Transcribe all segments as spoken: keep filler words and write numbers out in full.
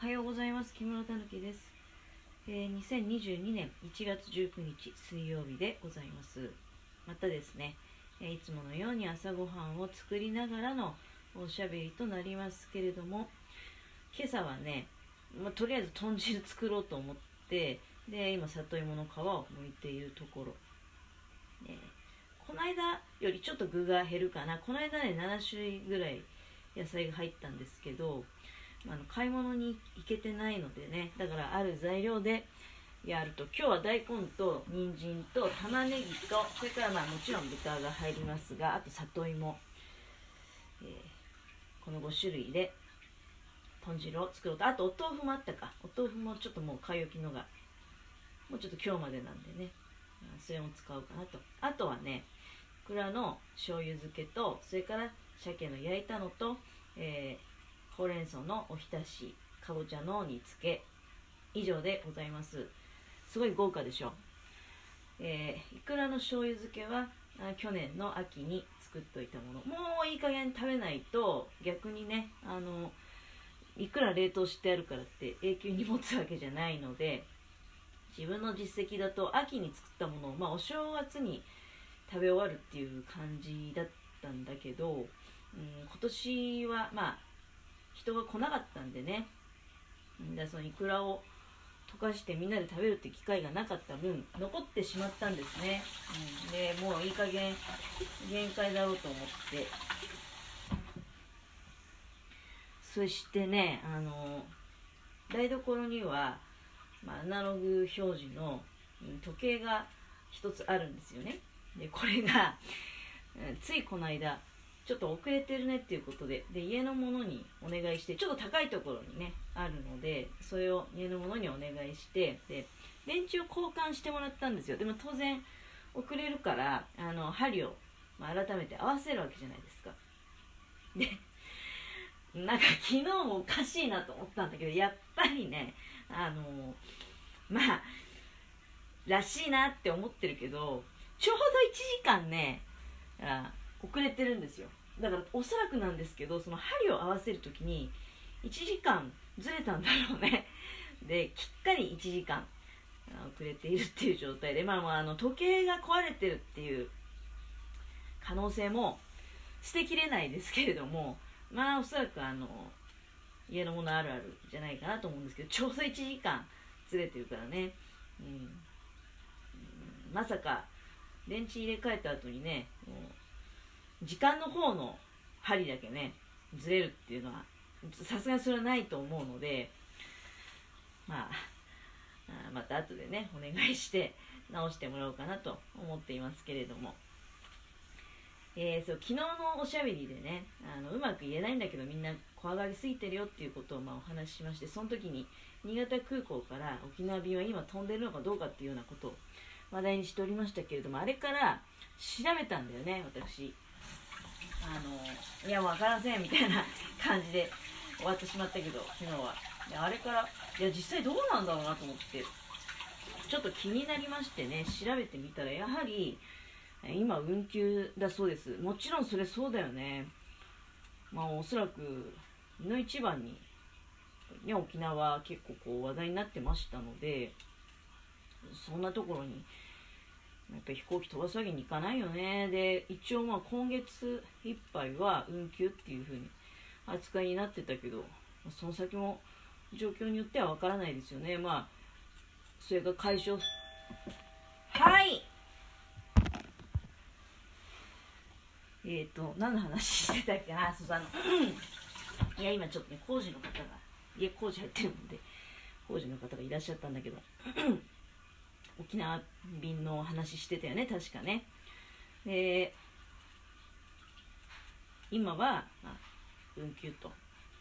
おはようございます。木村たぬきです。えー、にせんにじゅうにねんいちがつじゅうくにち水曜日でございます。またですね、えー、いつものように朝ごはんを作りながらのおしゃべりとなりますけれども、今朝はね、まあ、とりあえず豚汁作ろうと思って、で今里芋の皮を剥いているところ、えー、この間よりちょっと具が減るかな。この間ねななしゅるいぐらい野菜が入ったんですけど、あの買い物に行けてないのでね、だからある材料でやると、今日は大根と人参と玉ねぎと、それからまあもちろん豚が入りますが、あと里芋、えー、このごしゅるいで豚汁を作ろうと。あとお豆腐もあったか。お豆腐もちょっともう買い置きのがもうちょっと今日までなんでね、それも使うかなと。あとはね、いくらの醤油漬けと、それから鮭の焼いたのと、えーほうれん草のおひたし、かぼちゃの煮つけ、以上でございます。すごい豪華でしょ。えー、いくらの醤油漬けは去年の秋に作っといたもの。もういい加減食べないと逆にね、あのいくら冷凍してあるからって永久に持つわけじゃないので、自分の実績だと秋に作ったものを、まあ、お正月に食べ終わるっていう感じだったんだけど、うん、今年はまあ人が来なかったんでね、でそのイクラを溶かしてみんなで食べるって機会がなかった分残ってしまったんですね、うん、でもういい加減限界だろうと思って、そしてね、あの台所には、まあ、アナログ表示の時計が一つあるんですよね。でこれがついこの間ちょっと遅れてるねっていうことで、で家の者にお願いして、ちょっと高いところにねあるので、それを家の者にお願いして、で電池を交換してもらったんですよ。でも当然遅れるからあの針を、まあ、改めて合わせるわけじゃないですか。でなんか昨日もおかしいなと思ったんだけど、やっぱりね、あのまあらしいなって思ってるけど、ちょうどいちじかんねあ遅れてるんですよ。だからおそらくなんですけど、その針を合わせるときにいちじかんずれたんだろうね。できっかりいちじかん遅れているっていう状態で、まあ、まああの時計が壊れてるっていう可能性も捨てきれないですけれども、まあおそらくあの家のものあるあるじゃないかなと思うんですけど、ちょうどいちじかんずれてるからね、うん、まさか電池入れ替えた後にね、もう時間の方の針だけねずれるっていうのはさすがにそれはないと思うので、まあまた後でねお願いして直してもらおうかなと思っていますけれども、えー、そう昨日のおしゃべりでね、あのうまく言えないんだけどみんな怖がりすぎてるよっていうことをまあお話ししまして、その時に新潟空港から沖縄便は今飛んでるのかどうかっていうようなことを話題にしておりましたけれども、あれから調べたんだよね私。あのいや分からせんみたいな感じで終わってしまったけど、昨日はであれからいや実際どうなんだろうなと思ってちょっと気になりましてね、調べてみたらやはり今運休だそうです。もちろんそれそうだよね。まあおそらくいの一番に、ね、沖縄結構こう話題になってましたので、そんなところにやっぱり飛行機飛ばすわけにいかないよね。で一応まあ今月いっぱいは運休っていう風に扱いになってたけど、その先も状況によってはわからないですよね。まあそれが解消、はいえーと何の話してたっけな。そうそう、あのいや今ちょっとね工事の方が家工事入ってるので工事の方がいらっしゃったんだけど沖縄便の話してたよね確かね。で今は、まあ、運休と、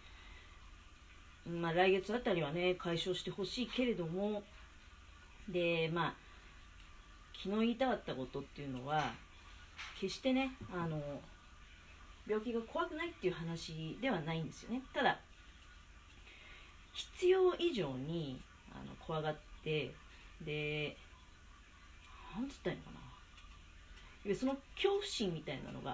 まあ、来月あたりはね解消してほしいけれども、でまあ昨日言いたかったことっていうのは決してねあの病気が怖くないっていう話ではないんですよね。ただ必要以上にあの怖がって、でなんつったらいいのかな、その恐怖心みたいなのが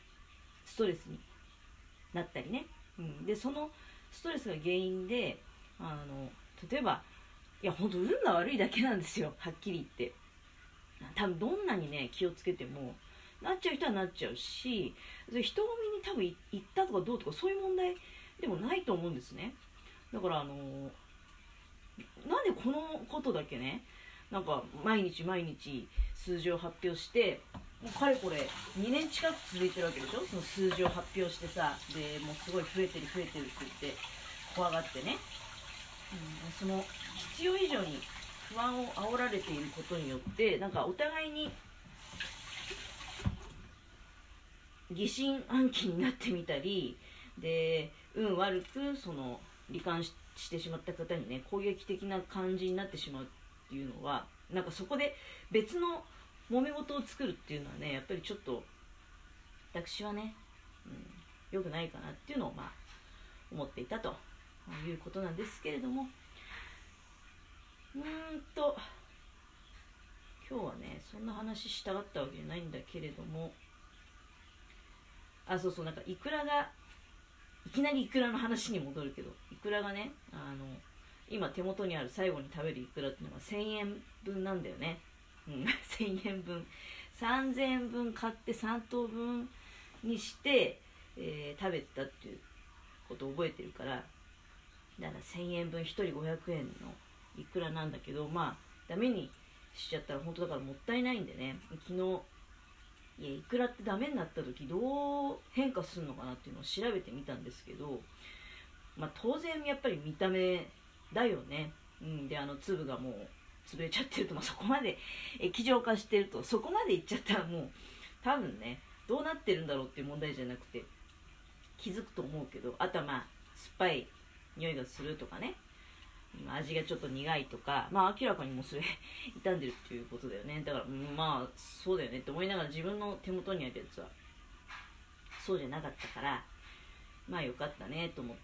ストレスになったりね、うん、でそのストレスが原因であの例えばいや本当運が悪いだけなんですよ、はっきり言って。多分どんなにね気をつけてもなっちゃう人はなっちゃうし、人混みに多分行ったとかどうとかそういう問題でもないと思うんですね。だからあのなんでこのことだけね、なんか毎日毎日数字を発表して、もうかれこれにねん近く続いてるわけでしょ、その数字を発表してさ。でもうすごい増えてる増えてるって言って怖がってね、うん、その必要以上に不安を煽られていることによって、なんかお互いに疑心暗鬼になってみたりで、運悪くその罹患ししてしまった方にね攻撃的な感じになってしまうっていうのは、なんかそこで別の揉め事を作るっていうのはね、やっぱりちょっと私はね、うん、良くないかなっていうのをまあ思っていたということなんですけれども、うーんと今日はねそんな話したかったわけじゃないんだけれども、あ、そうそう、なんかイクラがいきなりイクラの話に戻るけど、イクラがね、あの今手元にある最後に食べるイクラっていうのがせんえんぶんなんだよね。うん、せんえんぶん、さんぜんえんぶん買ってさんとうぶんにして、えー、食べてたっていうことを覚えてるから、だからせんえんぶんひとりごひゃくえんのイクラなんだけど、まあダメにしちゃったら本当だからもったいないんでね、昨日いやイクラってダメになった時どう変化するのかなっていうのを調べてみたんですけど、まあ当然やっぱり見た目だよね。うん、であの粒がもう潰れちゃってると、まあ、そこまで液状化してると、そこまでいっちゃったらもう多分ねどうなってるんだろうっていう問題じゃなくて気づくと思うけど、あとはまあ酸っぱい匂いがするとかね、味がちょっと苦いとか、まあ明らかにもうそれ傷んでるっていうことだよね。だからまあそうだよねって思いながら自分の手元にあるやつはそうじゃなかったから、まあよかったねと思って。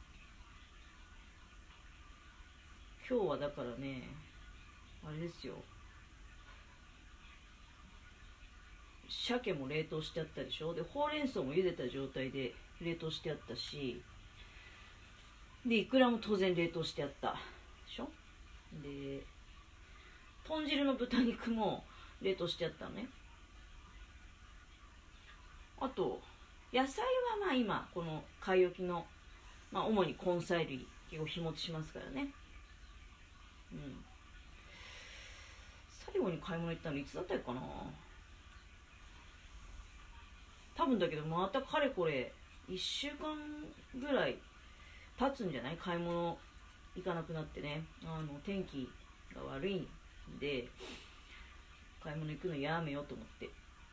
今日はだからねあれですよ、鮭も冷凍してあったでしょ。でほうれん草も茹でた状態で冷凍してあったし、でイクラも当然冷凍してあったでしょ。で豚汁の豚肉も冷凍してあったのね。あと野菜はまあ今この買い置きの、まあ、主に根菜類結構日持ちしますからね。うん、最後に買い物行ったのいつだったかな。多分だけどまたかれこれいっしゅうかんぐらい経つんじゃない、買い物行かなくなってね。あの天気が悪いんで買い物行くのやめようと思って。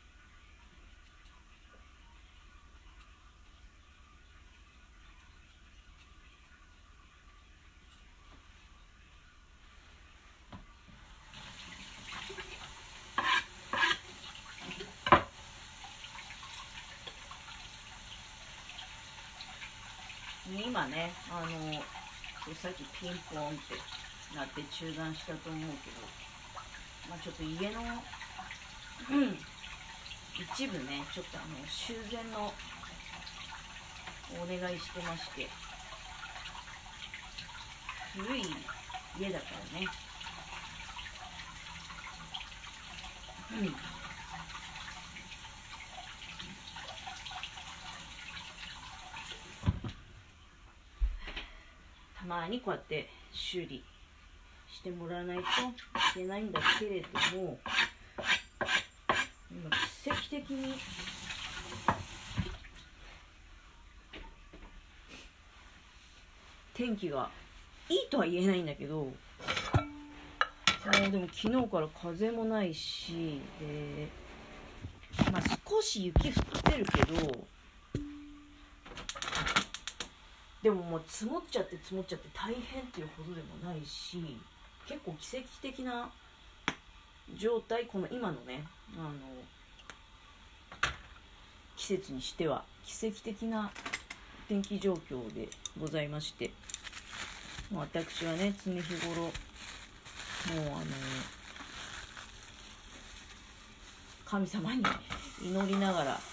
今ね、あのさっきピンポンってなって中断したと思うけど、まあ、ちょっと家の、うん、一部ねちょっとあの修繕のお願いしてまして、古い家だからね、うん、たまにこうやって修理してもらわないといけないんだけれども、今奇跡的に天気がいいとは言えないんだけど、もうでも昨日から風もないし、で、まあ、少し雪降ってるけど、でももう積もっちゃって積もっちゃって大変っていうほどでもないし、結構奇跡的な状態、この今のねあの季節にしては奇跡的な天気状況でございまして、もう私はね常日頃もうあの神様に祈りながら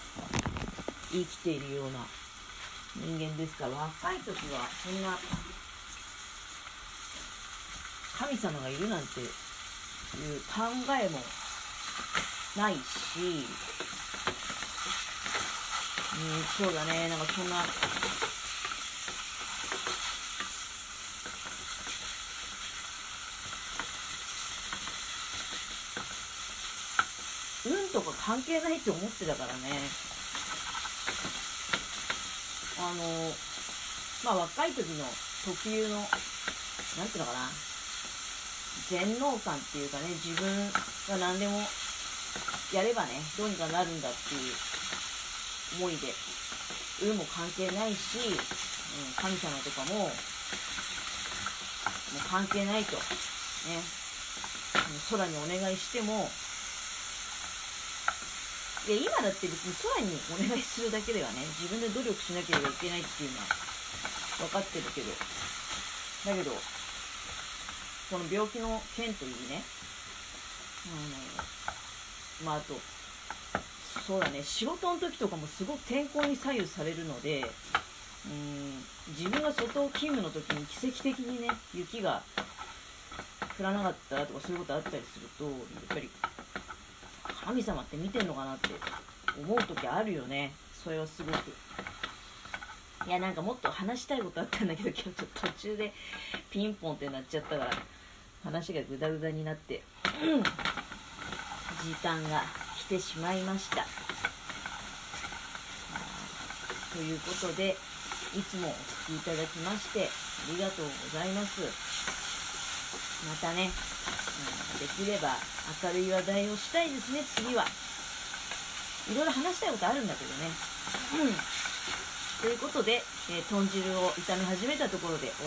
生きているような人間ですから、若い時はそんな神様がいるなんていう考えもないし、うん、そうだね、なんかそんな運とか関係ないって思ってたからね。あのまあ若い時の特有のなんていうのかな、全能感っていうかね、自分が何でもやればねどうにかなるんだっていう思いで、運も関係ないし、うん、神様とかももう関係ないとね、空にお願いしても、いや今だって別に空にお願いするだけではね、自分で努力しなければいけないっていうのは分かってるけど、だけどこの病気の件といいね、あのまああとそうだね、仕事の時とかもすごく天候に左右されるので、うーん自分が外勤務の時に奇跡的にね雪が降らなかったとかそういうことあったりすると、やっぱり神様って見てんのかなって思う時あるよね。それはすごく。いや、なんかもっと話したいことあったんだけど、今日ちょっと途中でピンポンってなっちゃったから話がグダグダになって、うん、時間が来てしまいました。ということで、いつもお聞きいただきましてありがとうございます。またね、うん、できれば明るい話題をしたいですね。次はいろいろ話したいことあるんだけどね、うん、ということで、えー、豚汁を炒め始めたところで